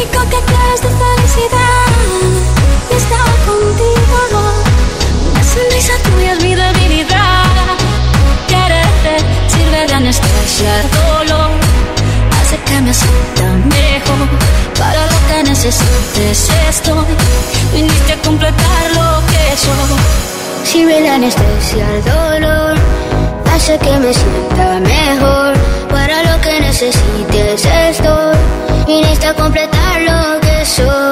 único que quiero es tu felicidad y estar contigo. Una sonrisa tuya es mi debilidad. Quererte sirve de anestesia al dolor, hace que me sienta mejor. Para lo que necesites estoy, viniste a completar lo que soy. Sirve de anestesia al dolor, hace que me sienta mejor. Para lo que necesites estoy, viniste a completar lo que soy.